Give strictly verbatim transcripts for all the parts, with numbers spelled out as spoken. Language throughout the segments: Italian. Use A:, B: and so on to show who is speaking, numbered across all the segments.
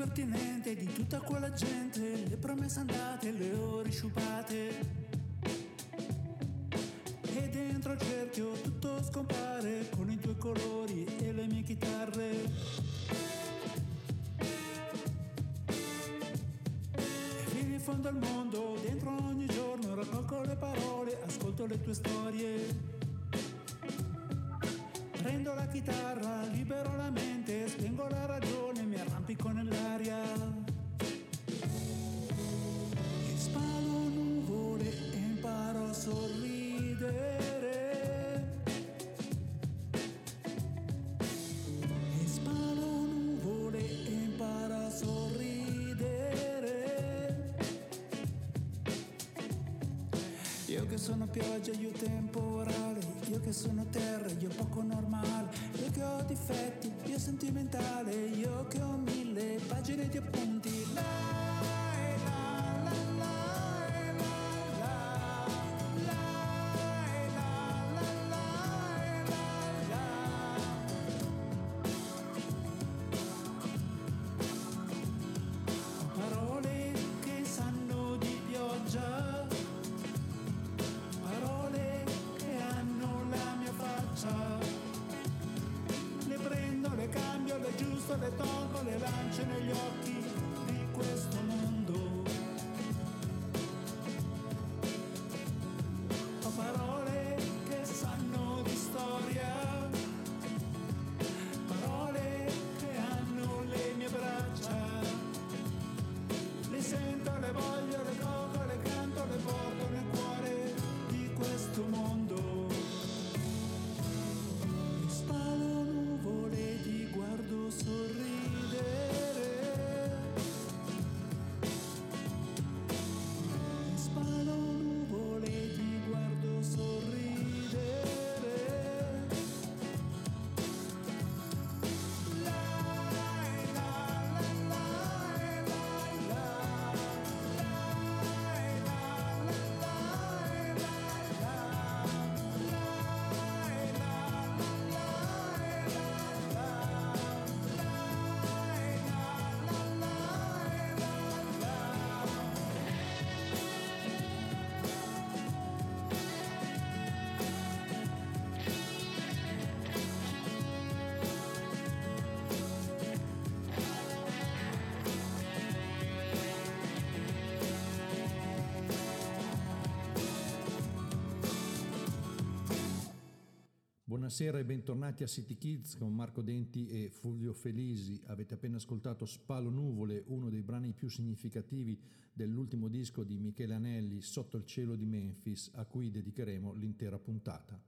A: divertimento di tutta quella gente, le promesse andate, le ore sciupate. E dentro il cerchio tutto scompare con i tuoi colori e le mie chitarre. E fino in fondo al mondo, dentro ogni giorno raccolgo le parole, ascolto le tue storie. Prendo la chitarra, libero la mente, spengo la ragione, mi arrampico nell'aria. E spalo nuvole e imparo a sorridere. E spalo nuvole e imparo a sorridere. Io che sono pioggia, io temporale, io che sono terra, io poco normale, io che ho difetti, io sentimentale, io che ho mille pagine di appunti. La, la, la, la, la, la, la, la, la, la, la. Parole che sanno di pioggia, parole che hanno la mia faccia. Le prendo, le cambio, le aggiusto, le tolgo, le lancio negli occhi di questo mondo. Ho parole che sanno di storia, parole che hanno le mie braccia. Le sento, le voglio, le colgo, le canto, le porto nel cuore di questo mondo. E spalo nuvole, ti guardo sorridere. E spalo nuvole, ti guardo sorridere. La, la, la, la, la, la, la,
B: Buonasera e bentornati a City Kids con Marco Denti e Fulvio Felisi. Avete appena ascoltato Spalo Nuvole, uno dei brani più significativi dell'ultimo disco di Michele Anelli, Sotto il cielo di Memphis, a cui dedicheremo l'intera puntata.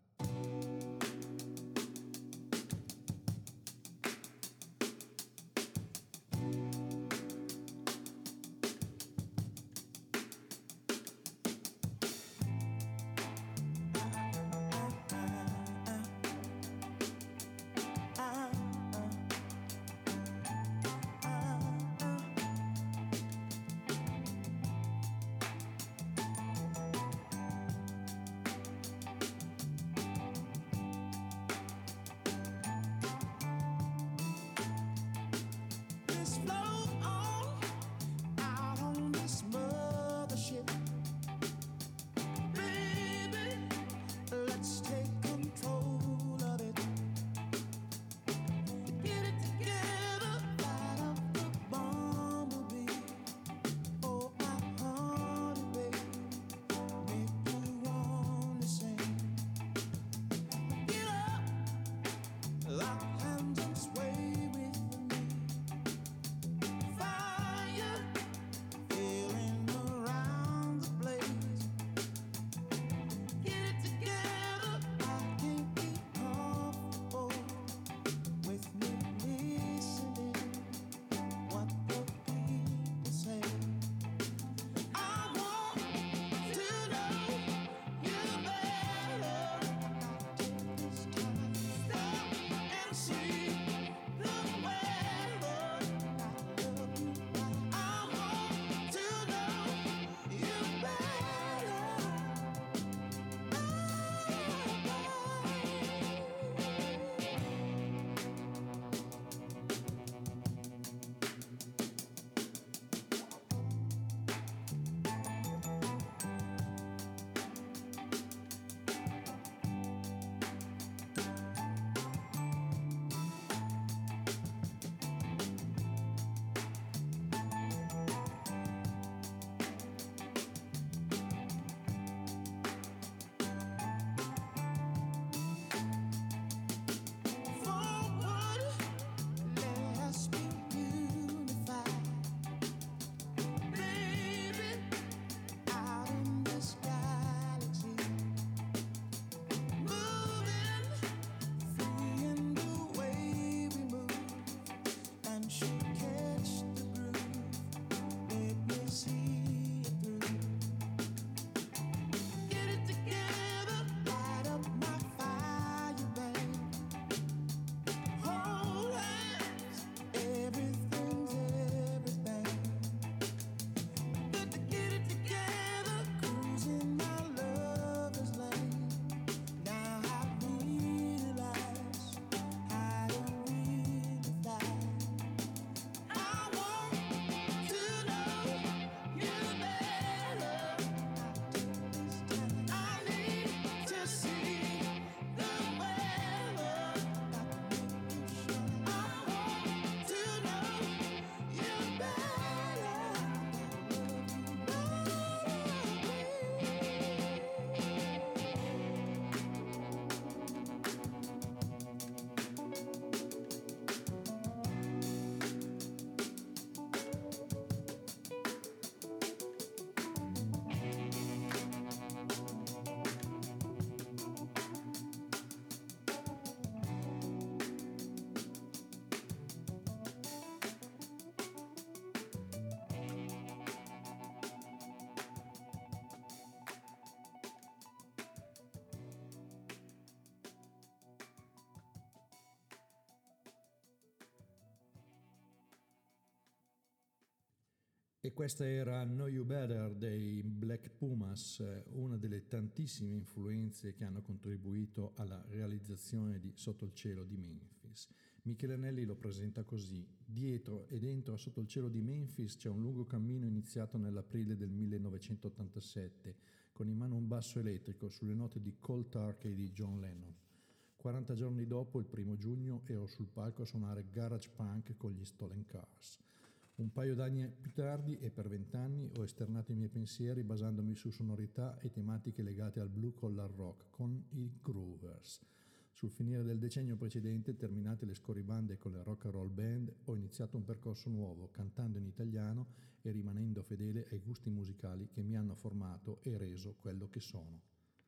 B: E questa era Know You Better dei Black Pumas, una delle tantissime influenze che hanno contribuito alla realizzazione di Sotto il cielo di Memphis. Michele Anelli lo presenta così: dietro e dentro a Sotto il cielo di Memphis c'è un lungo cammino iniziato nell'aprile del millenovecentottantasette, con in mano un basso elettrico sulle note di Cold Turkey di John Lennon. quaranta giorni dopo, il primo giugno, ero sul palco a suonare Garage Punk con gli Stolen Cars. Un paio d'anni più tardi e per vent'anni ho esternato i miei pensieri basandomi su sonorità e tematiche legate al blue collar rock con i Groovers. Sul finire del decennio precedente, terminate le scorribande con le rock and roll band, ho iniziato un percorso nuovo, cantando in italiano e rimanendo fedele ai gusti musicali che mi hanno formato e reso quello che sono.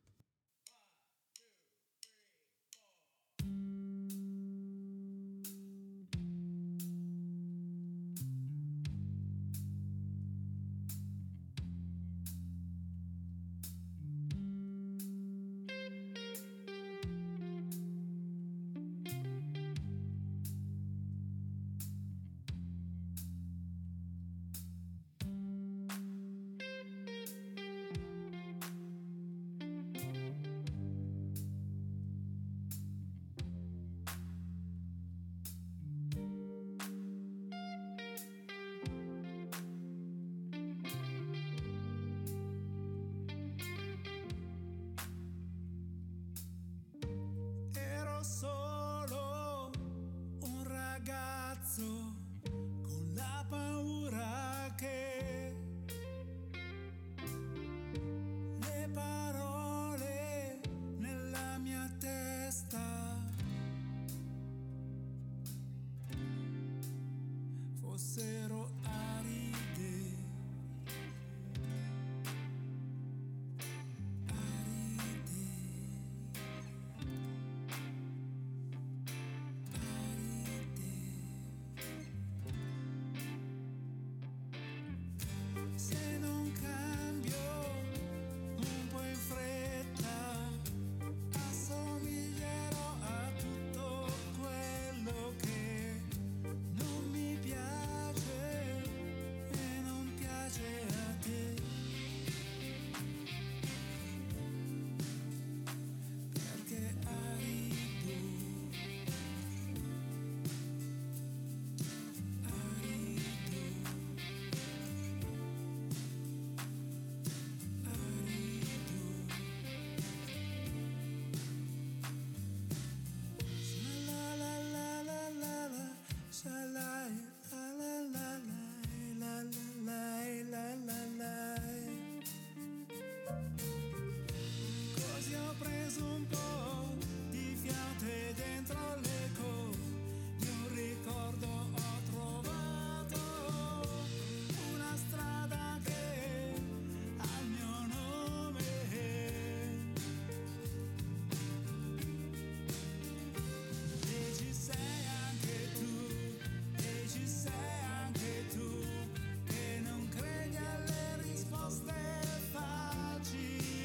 A: Solo un ragazzo con la paura che le parole nella mia testa fossero aride. Che non credi alle risposte facili.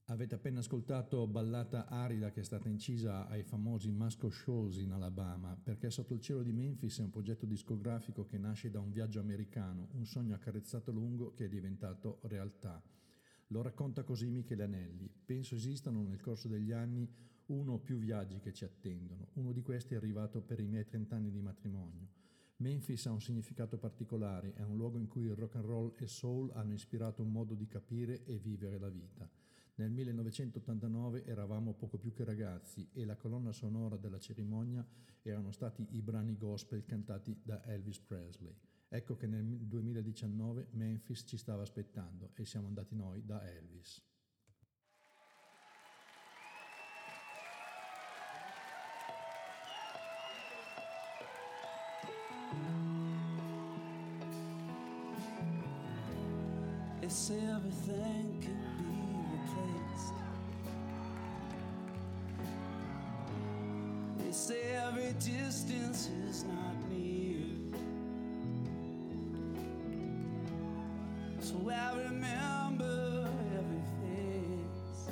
B: Avete appena ascoltato Ballata arida, che è stata incisa ai famosi Musco Shoals in Alabama, perché Sotto il cielo di Memphis è un progetto discografico che nasce da un viaggio americano, un sogno accarezzato lungo che è diventato realtà. Lo racconta così Michele Anelli: penso esistano nel corso degli anni uno o più viaggi che ci attendono. Uno di questi è arrivato per i miei trent'anni di matrimonio. Memphis ha un significato particolare, è un luogo in cui il rock and roll e soul hanno ispirato un modo di capire e vivere la vita. Nel millenovecentottantanove eravamo poco più che ragazzi e la colonna sonora della cerimonia erano stati i brani gospel cantati da Elvis Presley. Ecco che nel duemiladiciannove Memphis ci stava aspettando e siamo andati noi da Elvis.
A: They say everything can be replaced. They say every distance is not near. So I remember every face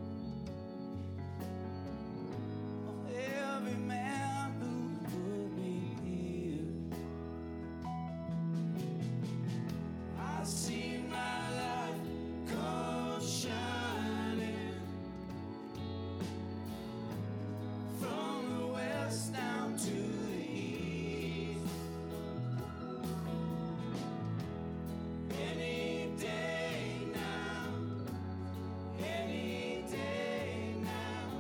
A: of every man who put me here. I see my life come shining from the west down to the east. Any day now, any day now,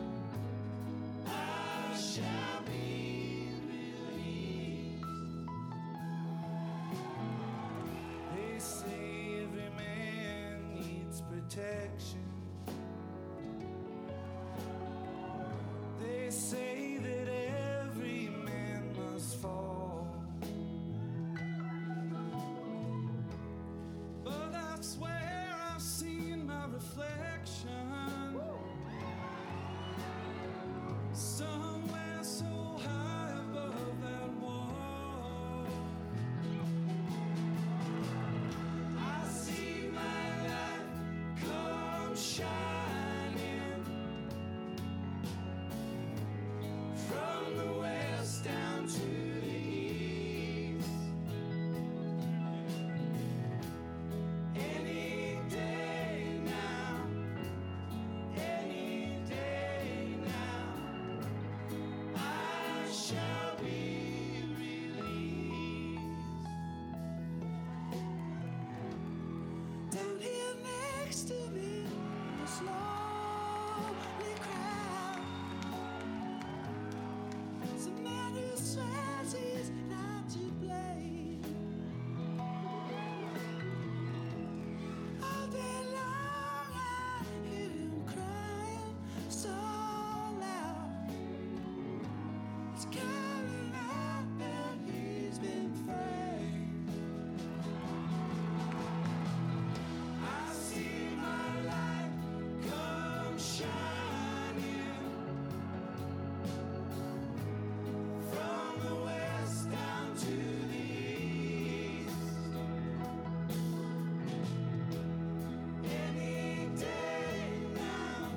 A: I shall be released. They say every man needs protection. They say that every man must fall. But I swear I've seen my reflection somewhere so high above that wall. I see my life come shining from the west down to the east. Any day now, any day now, I shall be released. Down here next to me, the slowly crowd. It's a man who swears he's not to blame. All day long I hear him crying so loud. It's coming out that he's been framed. I see my light come shining from the west down to the east. Any day now,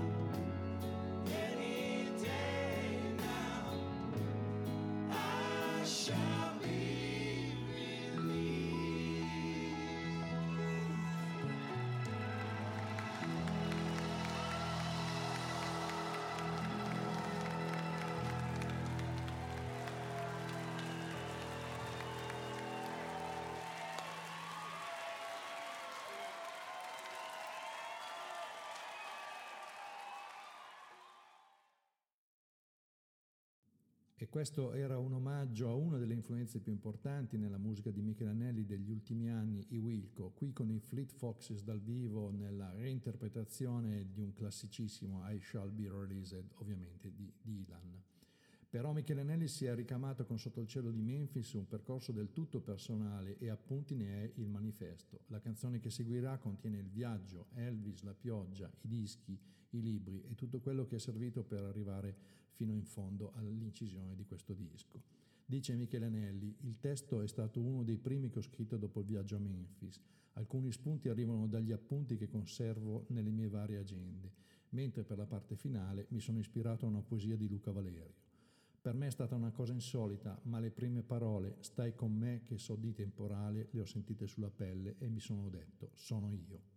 A: any day now, I shall be released.
B: E questo era un omaggio a una delle influenze più importanti nella musica di Michele Anelli degli ultimi anni, i Wilco, qui con i Fleet Foxes dal vivo nella reinterpretazione di un classicissimo I Shall Be Released, ovviamente di Dylan. Però Michele Anelli si è ricamato con Sotto il cielo di Memphis un percorso del tutto personale e appunti ne è il manifesto. La canzone che seguirà contiene il viaggio, Elvis, la pioggia, i dischi, i libri e tutto quello che è servito per arrivare fino in fondo all'incisione di questo disco. Dice Michele Anelli: il testo è stato uno dei primi che ho scritto dopo il viaggio a Memphis. Alcuni spunti arrivano dagli appunti che conservo nelle mie varie agende. mentre per la parte finale mi sono ispirato a una poesia di Luca Valerio. Per me è stata una cosa insolita, ma le prime parole, stai con me che so di temporale, le ho sentite sulla pelle e mi sono detto, sono io.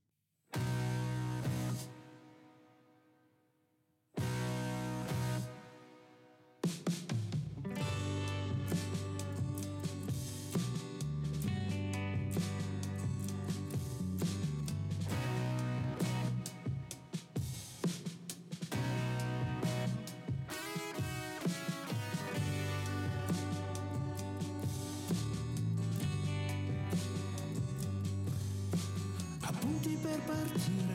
A: Appunti per partire,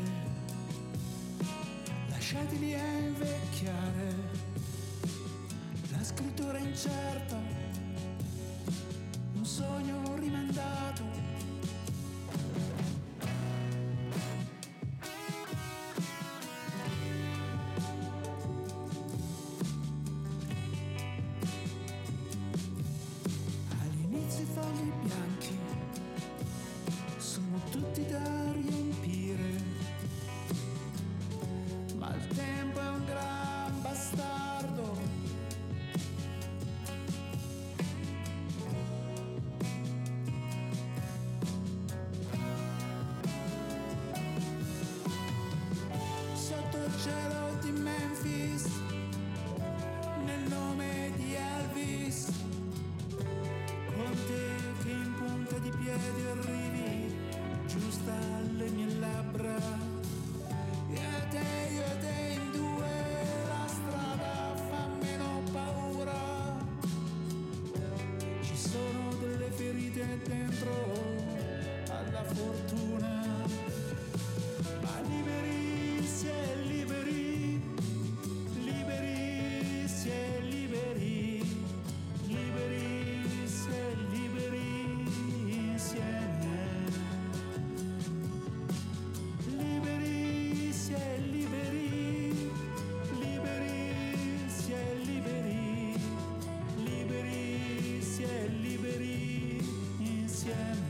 A: lasciateli a invecchiare, la scrittura incerta, un sogno rimandato. All'inizio i fogli bianchi sono tutti da riempire, ma il tempo è un gran bastardo. Sotto il cielo di Memphis, nel nome di Elvis, con te che in punta di piedi arrivi giusta alle mie labbra, io e te, io e te in due, la strada fa meno paura, ci sono delle ferite dentro alla fortuna, ma liberi si è liberi, liberi si è liberi, liberi si è liberi insieme. Liberi si è liberi, liberi si è liberi, liberi si è liberi insieme.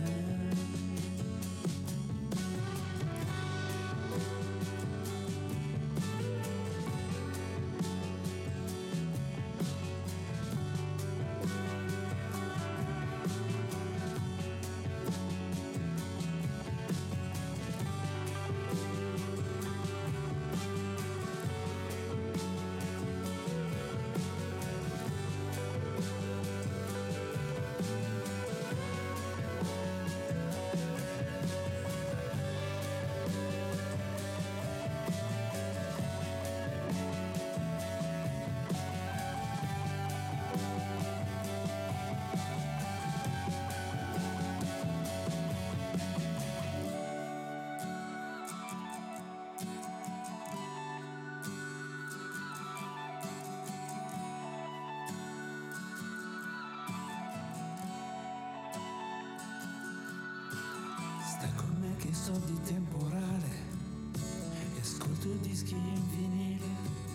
A: Stai con me che so di temporale e ascolto dischi in vinile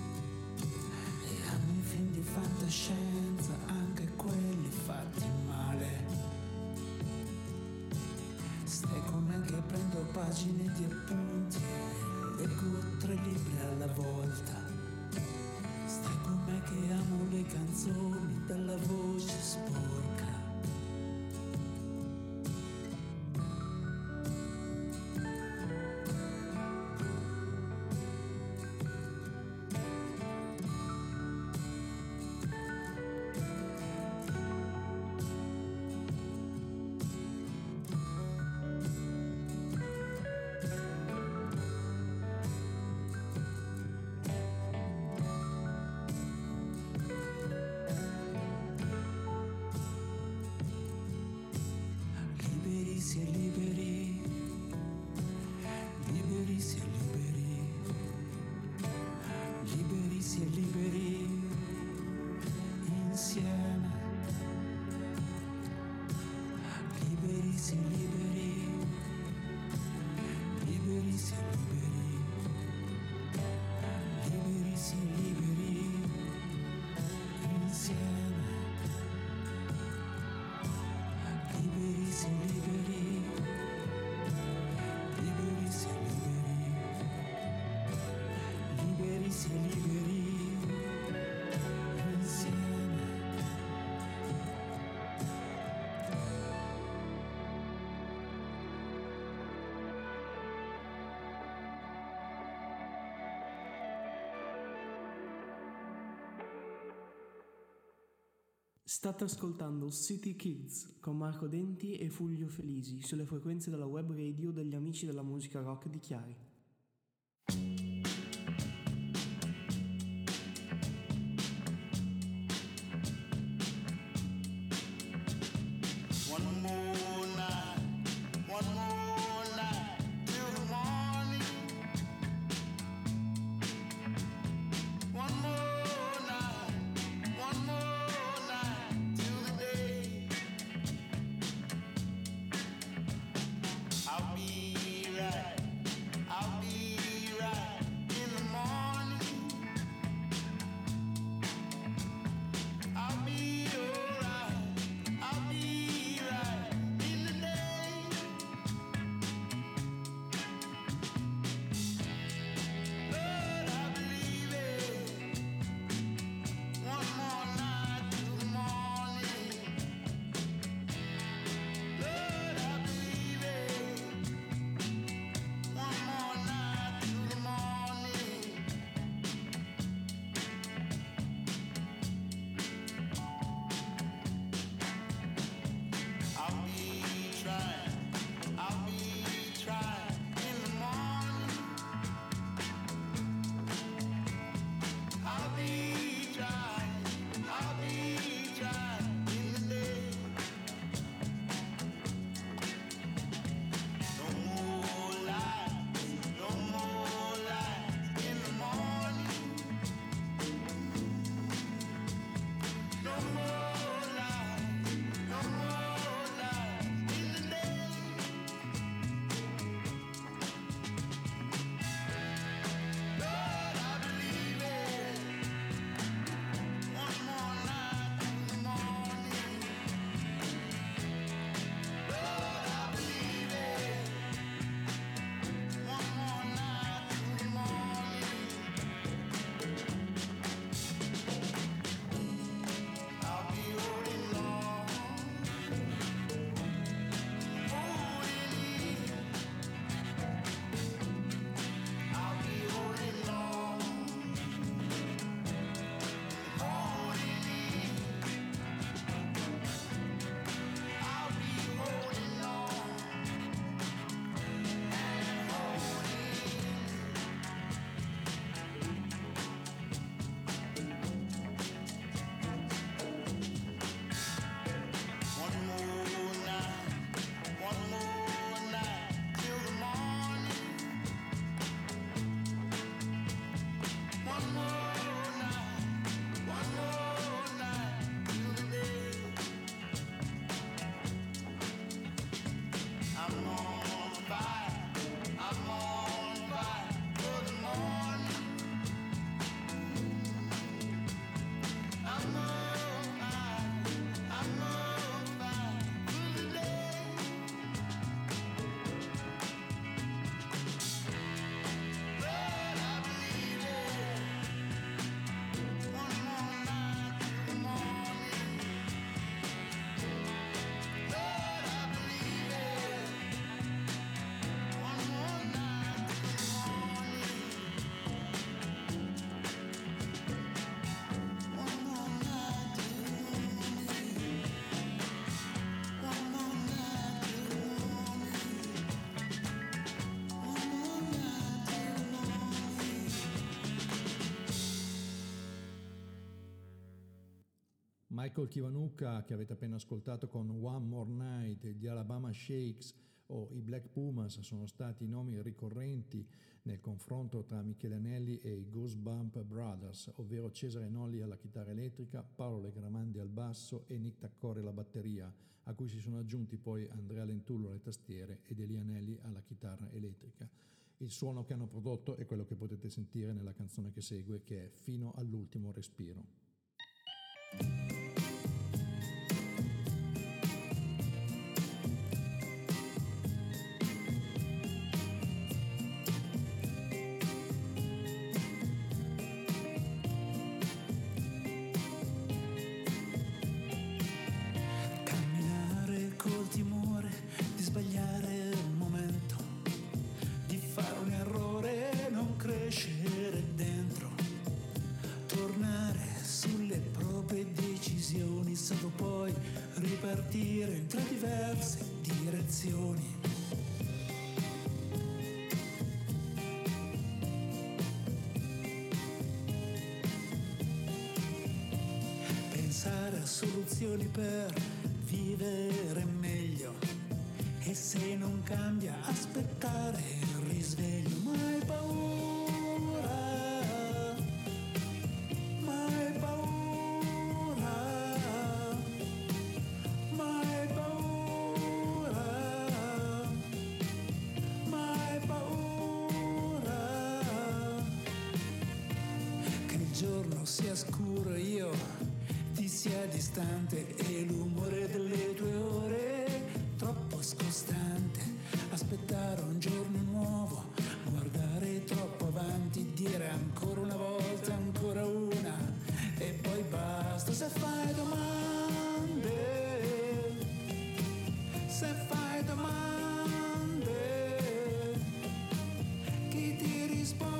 A: e amo i film di fantascienza, anche quelli fatti male. Stai con me che prendo pagine di appunti e leggo tre libri alla volta. Stai con me che amo le canzoni dalla voce sporca.
C: State ascoltando City Kids con Marco Denti e Fulvio Felisi sulle frequenze della web radio degli amici della musica rock di Chiari.
D: One more night, one more night till the morning. One more night, one more night till the day. I'll be right, I'll be right in the morning. I'll be alright, I'll be right in the day. Lord, I believe it. One more night till the morning. Lord, I believe it. One more night till the morning. I'll be trying, I'll be trying in the morning. I'll be trying, I'll be trying in the day. No more lies, no more lies in the morning. No more lies, no more lies in the day. Lord, I believe it. One more night till the morning. Lord, I believe it. One more night till the morning. I'll be holding on, holding in. I'll be holding on, holding in. I'll be holding on and holding in. One more night, one more night till the morning. One more night, one more night till the day. I'm on fire, I'm on fire for the morning. I'm on fire, I'm on fire for the day. Lord, I believe it. One more night till the morning. Lord, I believe it. One more night till the morning. One more night till the morning. One more night till the morning. One more night till the morning.
B: Michael Kiwanuka, che avete appena ascoltato con One More Night, gli Alabama Shakes o i Black Pumas sono stati nomi ricorrenti nel confronto tra Michele Anelli e i Goosebump Brothers, ovvero Cesare Nolli alla chitarra elettrica, Paolo Legramandi al basso e Nick Taccore alla batteria, a cui si sono aggiunti poi Andrea Lentullo alle tastiere ed Elia Anelli alla chitarra elettrica. Il suono che hanno prodotto è quello che potete sentire nella canzone che segue, che è Fino all'ultimo respiro.
A: Camminare col timore di sbagliare un momento, di fare un errore, non crescere dentro, tornare sulle proprie decisioni. soluzioni per vivere meglio. E se non cambia, aspettare il risveglio. Mai paura, mai paura, mai paura, mai paura. Che il giorno sia scuro, io ti sia distante e l'umore delle tue ore troppo scostante. Aspettare un giorno nuovo, guardare troppo avanti, dire ancora una volta, ancora una e poi basta. Se fai domande, se fai domande, chi ti risponde?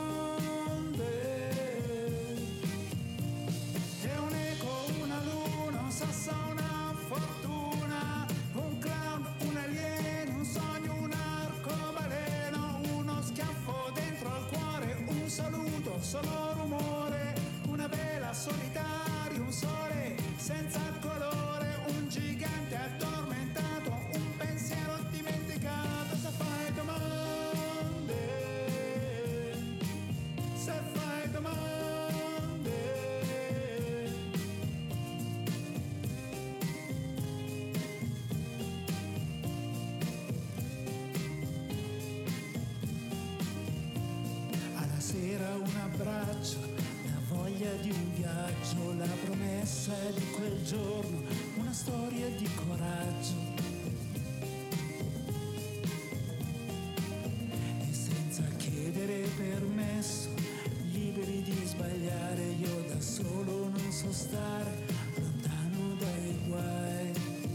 A: È un eco, una luna, un sasso, una fortuna, un clown, un alieno, un sogno, un arcobaleno, uno schiaffo dentro al cuore, un saluto, solo rumore, una vela solitaria, un sole senza colore, un gigante addormentato, un pensiero dimenticato. Se fai domande, se fai domande. Alla sera un abbraccio, la voglia di un viaggio, la promessa di quel giorno, una storia di coraggio. E senza chiedere permesso, liberi di sbagliare, io da solo non so stare lontano dai guai.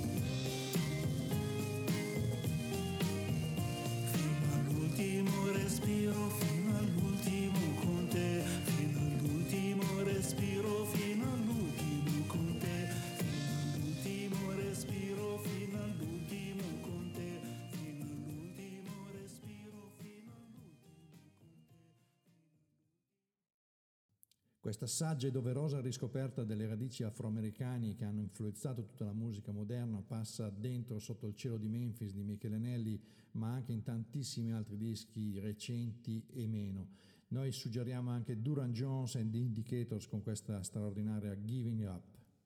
A: Fino all'ultimo respiro, fino all'ultimo con te, fino all'ultimo respiro, fino all'ultimo con te, fino all'ultimo respiro, fino all'ultimo con te, fino all'ultimo respiro, fino all'ultimo con te.
B: Questa saggia e doverosa riscoperta delle radici afroamericane che hanno influenzato tutta la musica moderna passa dentro Sotto il cielo di Memphis di Michele Anelli, ma anche in tantissimi altri dischi recenti e meno. Noi suggeriamo anche Duran Jones and the Indicators con questa straordinaria Giving Up.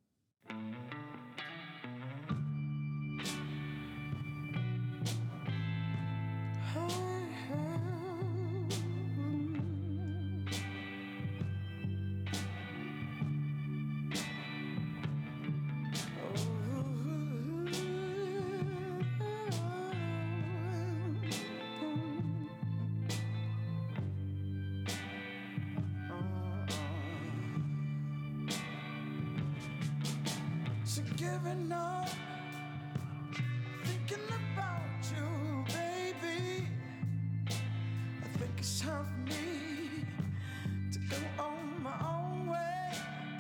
D: So giving up, thinking about you, baby. I think it's time for me to go on my own way.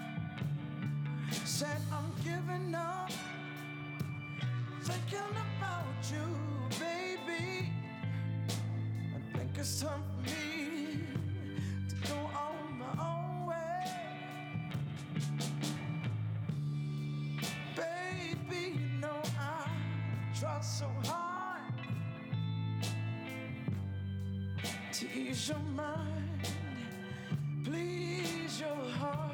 D: Said I'm giving up, thinking about you, baby. I think it's time for me to go on my own way. Baby, you know I try so hard to ease your mind, please your heart.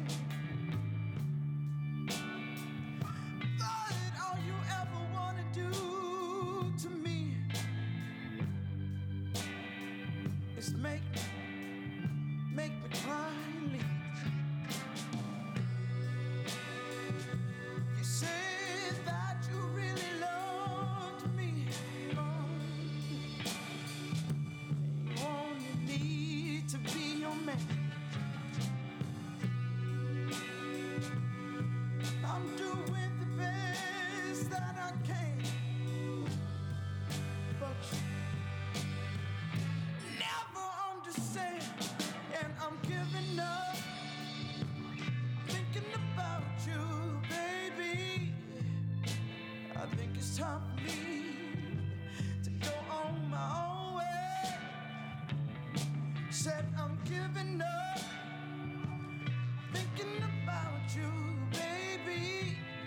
D: But all you ever wanna do to me is make make me cry and leave. You say that you really loved me, oh. You only need to be your man. I'm doing the best that I can, but you never understand. And I'm giving up, thinking about you, baby. I think it's time for me to go on my own way. Said I'm giving up, thinking about you, baby.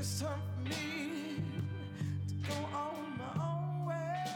E: it's time for me to go on my own way.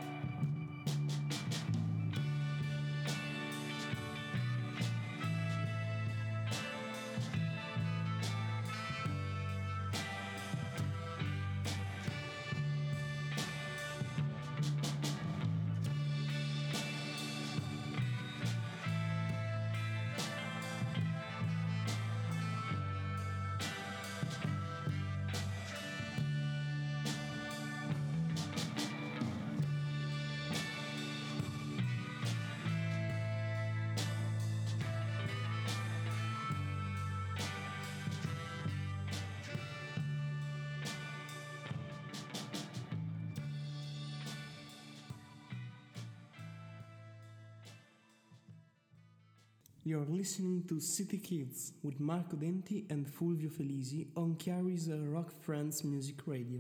C: You're listening to City Kids with Marco Denti and Fulvio Felisi on Chiari's Rock Friends Music Radio.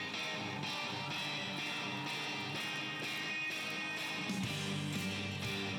E: Thank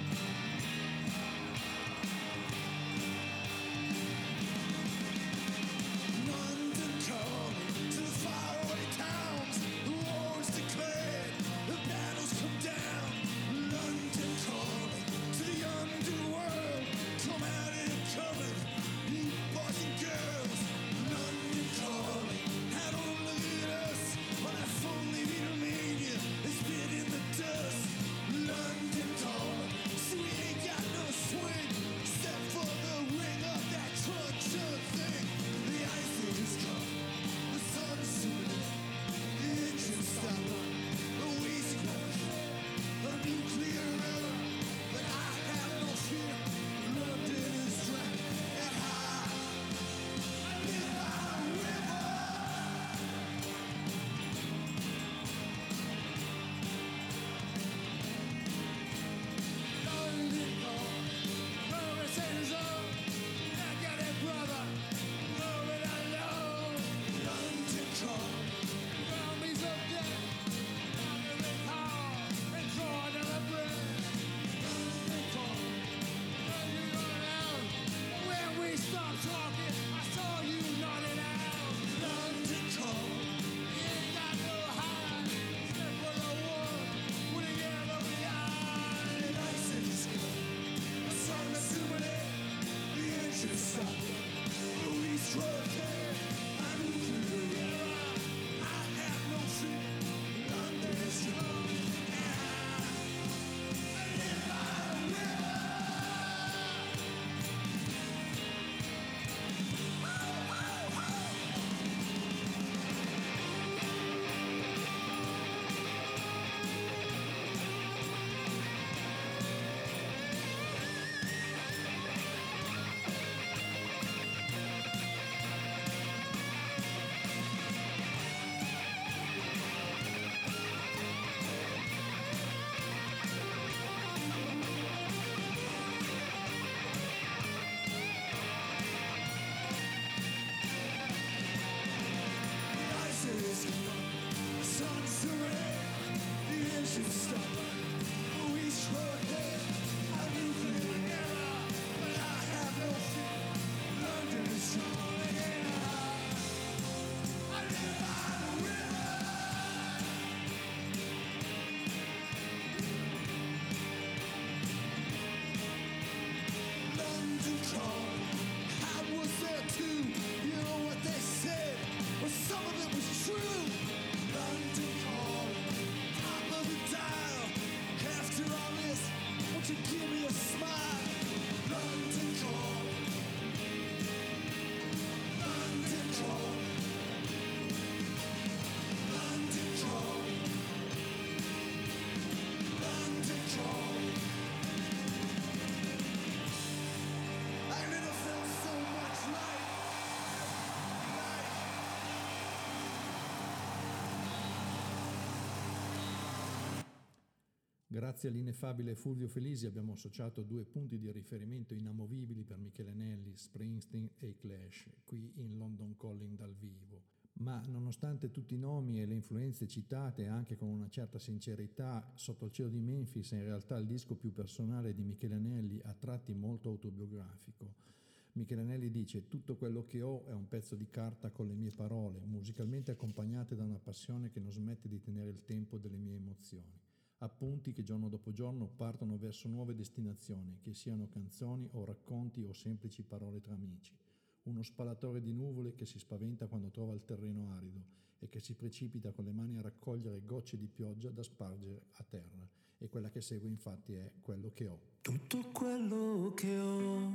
B: Grazie all'ineffabile Fulvio Felisi abbiamo associato due punti di riferimento inamovibili per Michele Anelli, Springsteen e i Clash, qui in London Calling dal vivo. Ma nonostante tutti i nomi e le influenze citate, anche con una certa sincerità, Sotto il cielo di Memphis è in realtà il disco più personale di Michele Anelli, a tratti molto autobiografico. Michele Anelli dice: tutto quello che ho è un pezzo di carta con le mie parole, musicalmente accompagnate da una passione che non smette di tenere il tempo delle mie emozioni. Appunti che giorno dopo giorno partono verso nuove destinazioni, che siano canzoni o racconti o semplici parole tra amici. Uno spalatore di nuvole che si spaventa quando trova il terreno arido e che si precipita con le mani a raccogliere gocce di pioggia da spargere a terra. E quella che segue infatti è Quello che ho.
A: Tutto quello che ho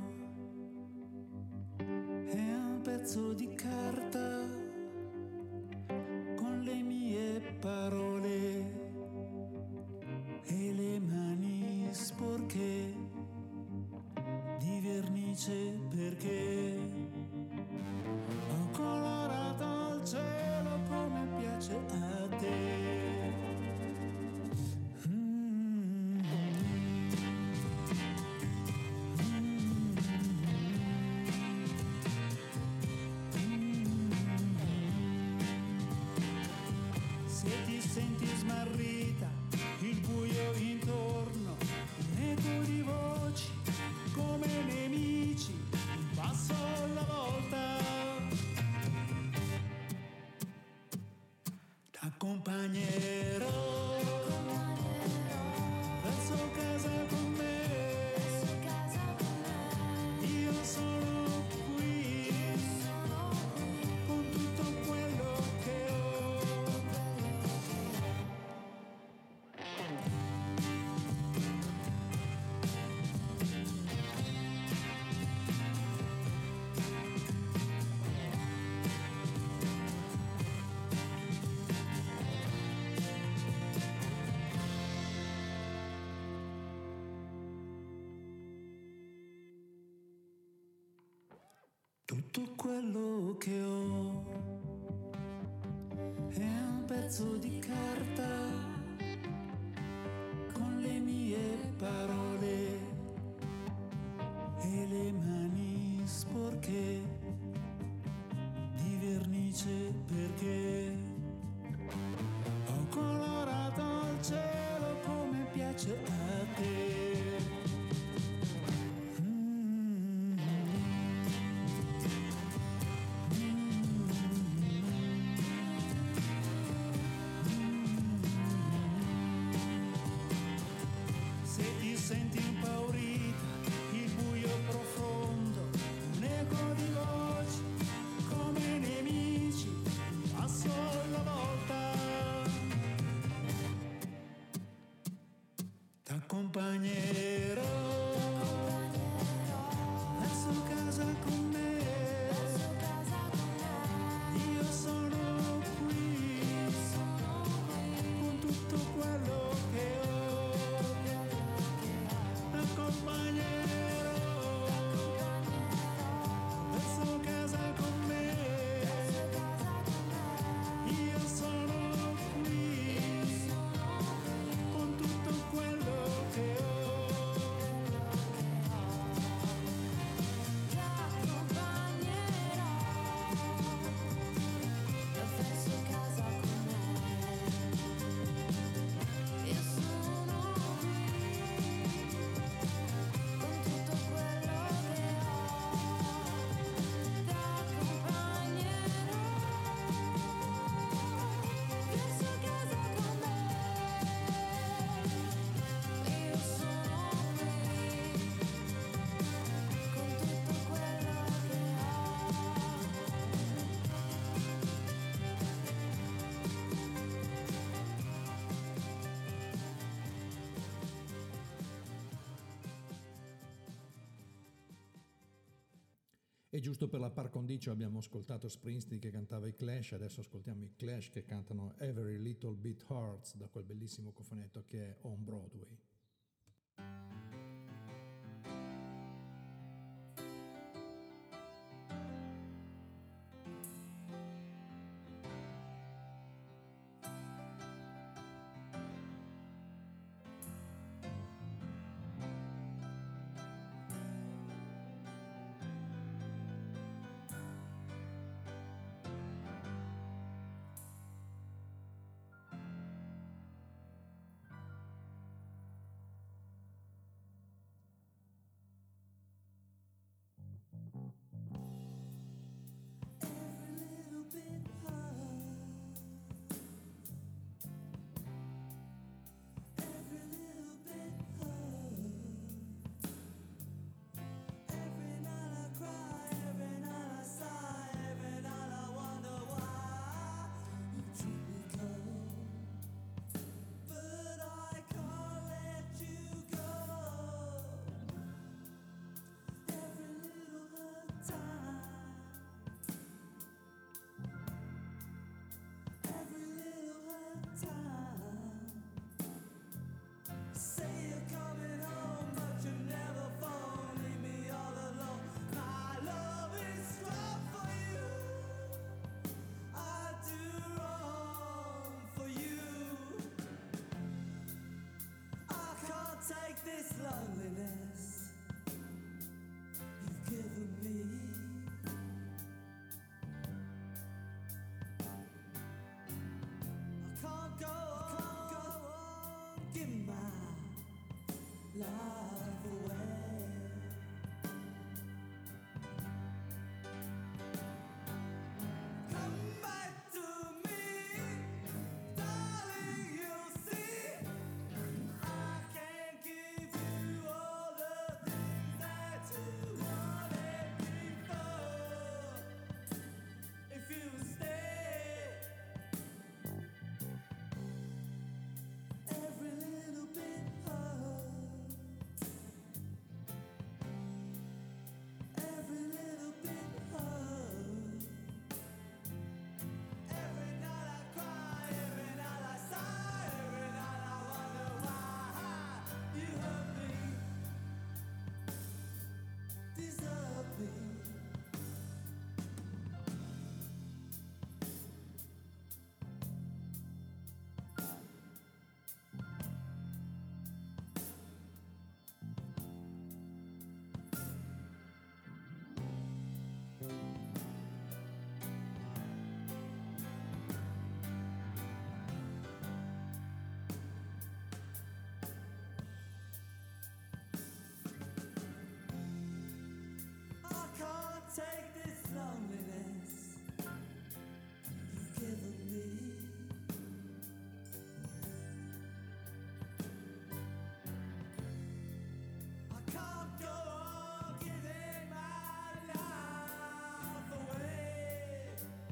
A: è un pezzo di carta con le mie parole e le mani sporche di vernice, perché ho colorato il cielo come piace a te. Mm. Se ti senti smarrita, il buio intorno, un eco di voci come nemici, un passo alla volta. T'accompagnerò verso casa con me. Io sono qui con tutto quello che ho. Tutto quello che ho è un pezzo di carta con le mie parole e le mani sporche di vernice, perché ho colorato il cielo come piace a te. Se ti senti impaurita, il buio profondo, un eco di voci come nemici, un passo alla volta. T'accompagnerò verso casa con me. Io sono qui con tutto quello che ho. T'accompagnerò verso casa con me. Io sono qui con tutto quello che ho.
B: E giusto per la par condicio abbiamo ascoltato Springsteen che cantava i Clash, adesso ascoltiamo i Clash che cantano Every Little Bit Hurts da quel bellissimo cofanetto che è On Broadway.
D: life away. Come back to me, darling, you'll see I can't give you all the things that you wanted before. If you stay, every little bit hurts. Every little bit hurts. Every night I cry, every night I sigh, every night I wonder why you hurt me, desert me. I can't take this loneliness you've given me. I can't go on giving my life away.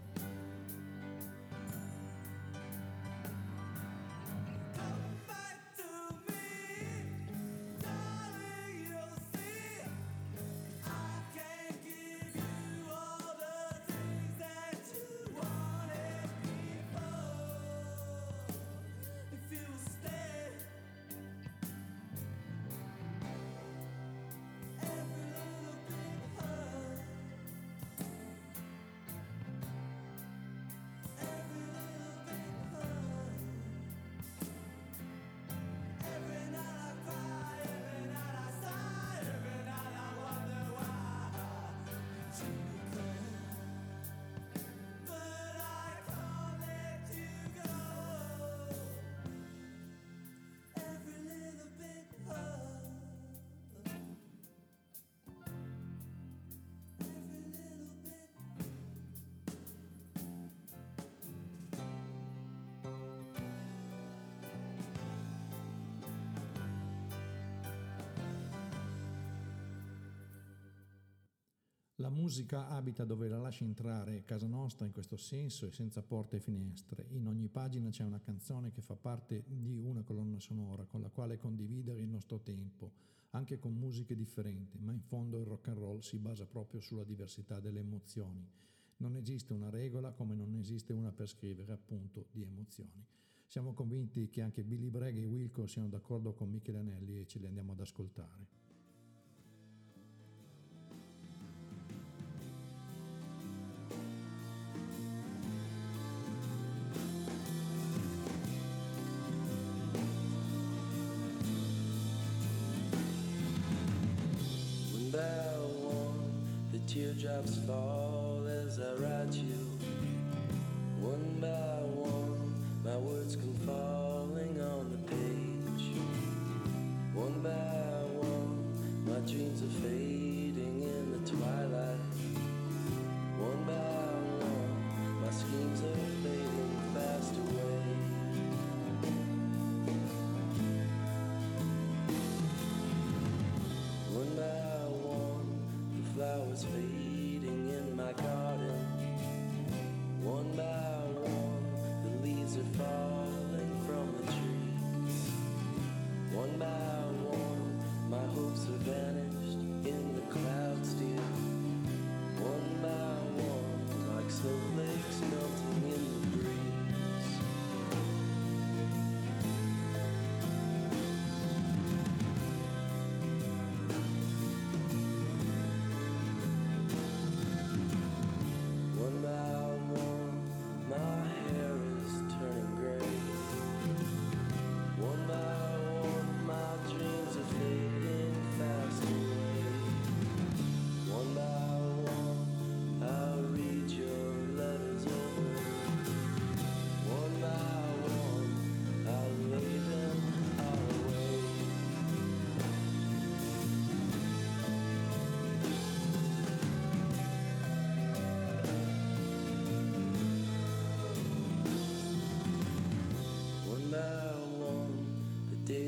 D: Come back to me, darling, you'll see I can't give you all the things that you wanted before. If you stay, every little bit hurts. Every little bit hurts. Every night I cry, every night I sigh, every night I wonder why you come, but I can't let you go. Every little bit hurts. Every little bit.
B: La musica abita dove la lasci entrare, casa nostra in questo senso è senza porte e finestre. In ogni pagina c'è una canzone che fa parte di una colonna sonora con la quale condividere il nostro tempo, anche con musiche differenti, ma in fondo il rock and roll si basa proprio sulla diversità delle emozioni. Non esiste una regola come non esiste una per scrivere appunto di emozioni. Siamo convinti che anche Billy Bragg e Wilco siano d'accordo con Michele Anelli e ce li andiamo ad ascoltare.
F: When bell one, the teardrops fall as I write you. One by one, my words come falling on the page. One by one, my dreams are fading in the twilight. One by one, my schemes are fading fast away. One by one, the flowers fading in my garden. One by one,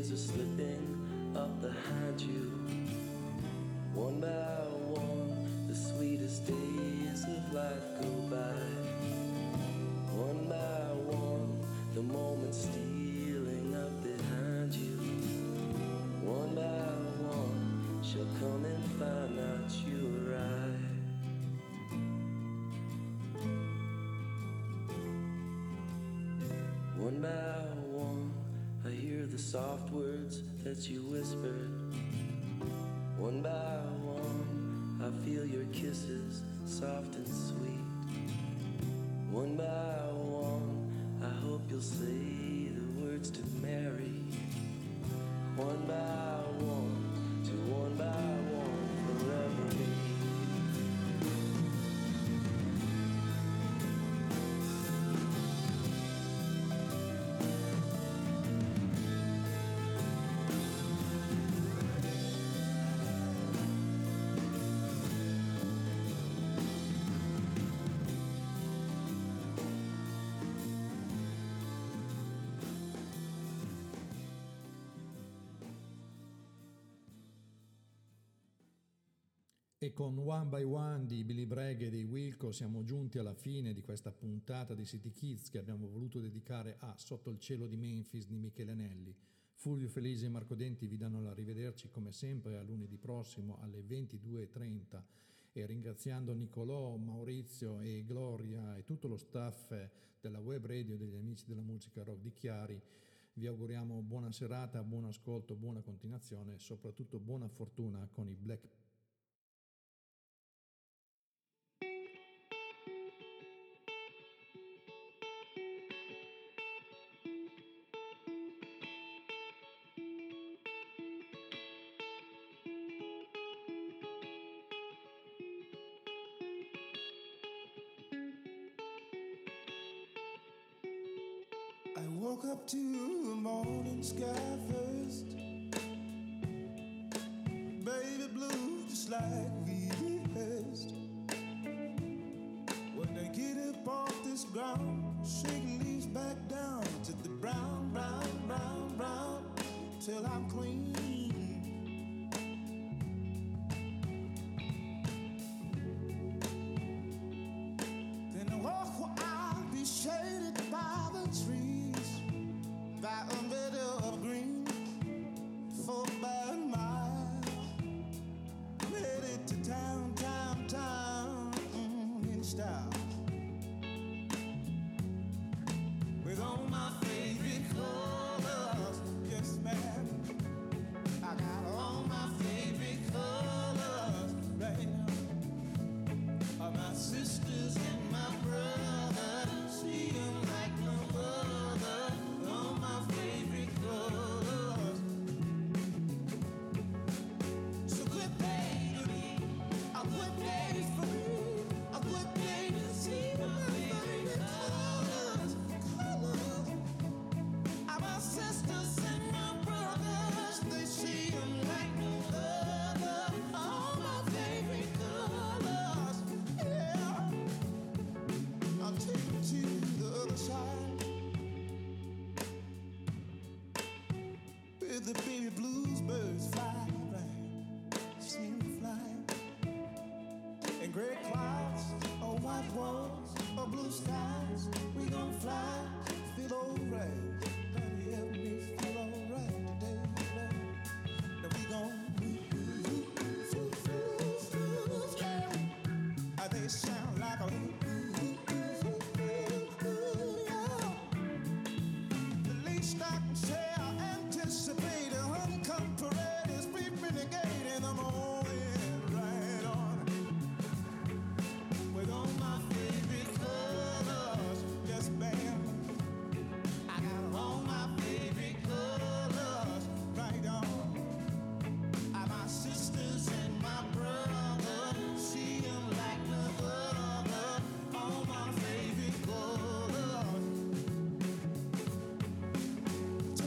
F: days are slipping up behind you. One by one, the sweetest days of life go by. One by one, the moments stealing up behind you. One by one, she'll come and find out you arrive. One by one, I hear the soft words that you whispered. One by one, I feel your kisses, soft and sweet. One by one, I hope you'll say the words to marry. One by one, to one by one, forever me.
B: E con One by One di Billy Bragg e dei Wilco siamo giunti alla fine di questa puntata di City Kids che abbiamo voluto dedicare a Sotto il cielo di Memphis di Michele Anelli. Fulvio Felisi e Marco Denti vi danno l'arrivederci come sempre a lunedì prossimo alle ventidue e trenta e ringraziando Nicolò, Maurizio e Gloria e tutto lo staff della web radio degli amici della musica rock di Chiari vi auguriamo buona serata, buon ascolto, buona continuazione e soprattutto buona fortuna con i Black
A: I woke up to the morning sky first. Baby blue, just like we rehearsed. When I get up off this ground, shaking leaves back down to the brown, brown, brown, brown, till I'm clean. Then I walk where I'll be shaded by the trees, by a meadow of green, for about a mile. I'm headed to town, town, town, mm, in style, with all my favorite colors. Yes, ma'am, I got all my favorite colors right now. All my sisters and my brothers, see 'em like no other. All my favorite colors. So good day to me, a good day for me, a good day to see my favorite colors, colors. All my sisters and my brothers, they see 'em like no other. All my favorite colors, yeah. I'll take you to the other side, where the baby blues birds fly, right? See 'em fly. And gray clouds, or white walls, or blue skies, we gon' fly, feel alright. God help me feel alright today, Lord. Now we gon' yeah. They sound like a yeah. The least I can say, I anticipate a honeycomb parade is sweeping the gate in the morning, right on. With all my favorite colors, yes ma'am, I got all my favorite colors, right on. I my sisters and my brothers, see 'em like no other. All my favorite colors.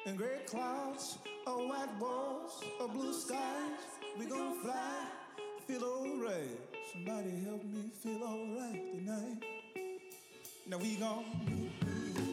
A: And gray clouds, or white walls, or blue skies, we gon' fly, feel alright. Somebody help me feel alright tonight. Now we gon'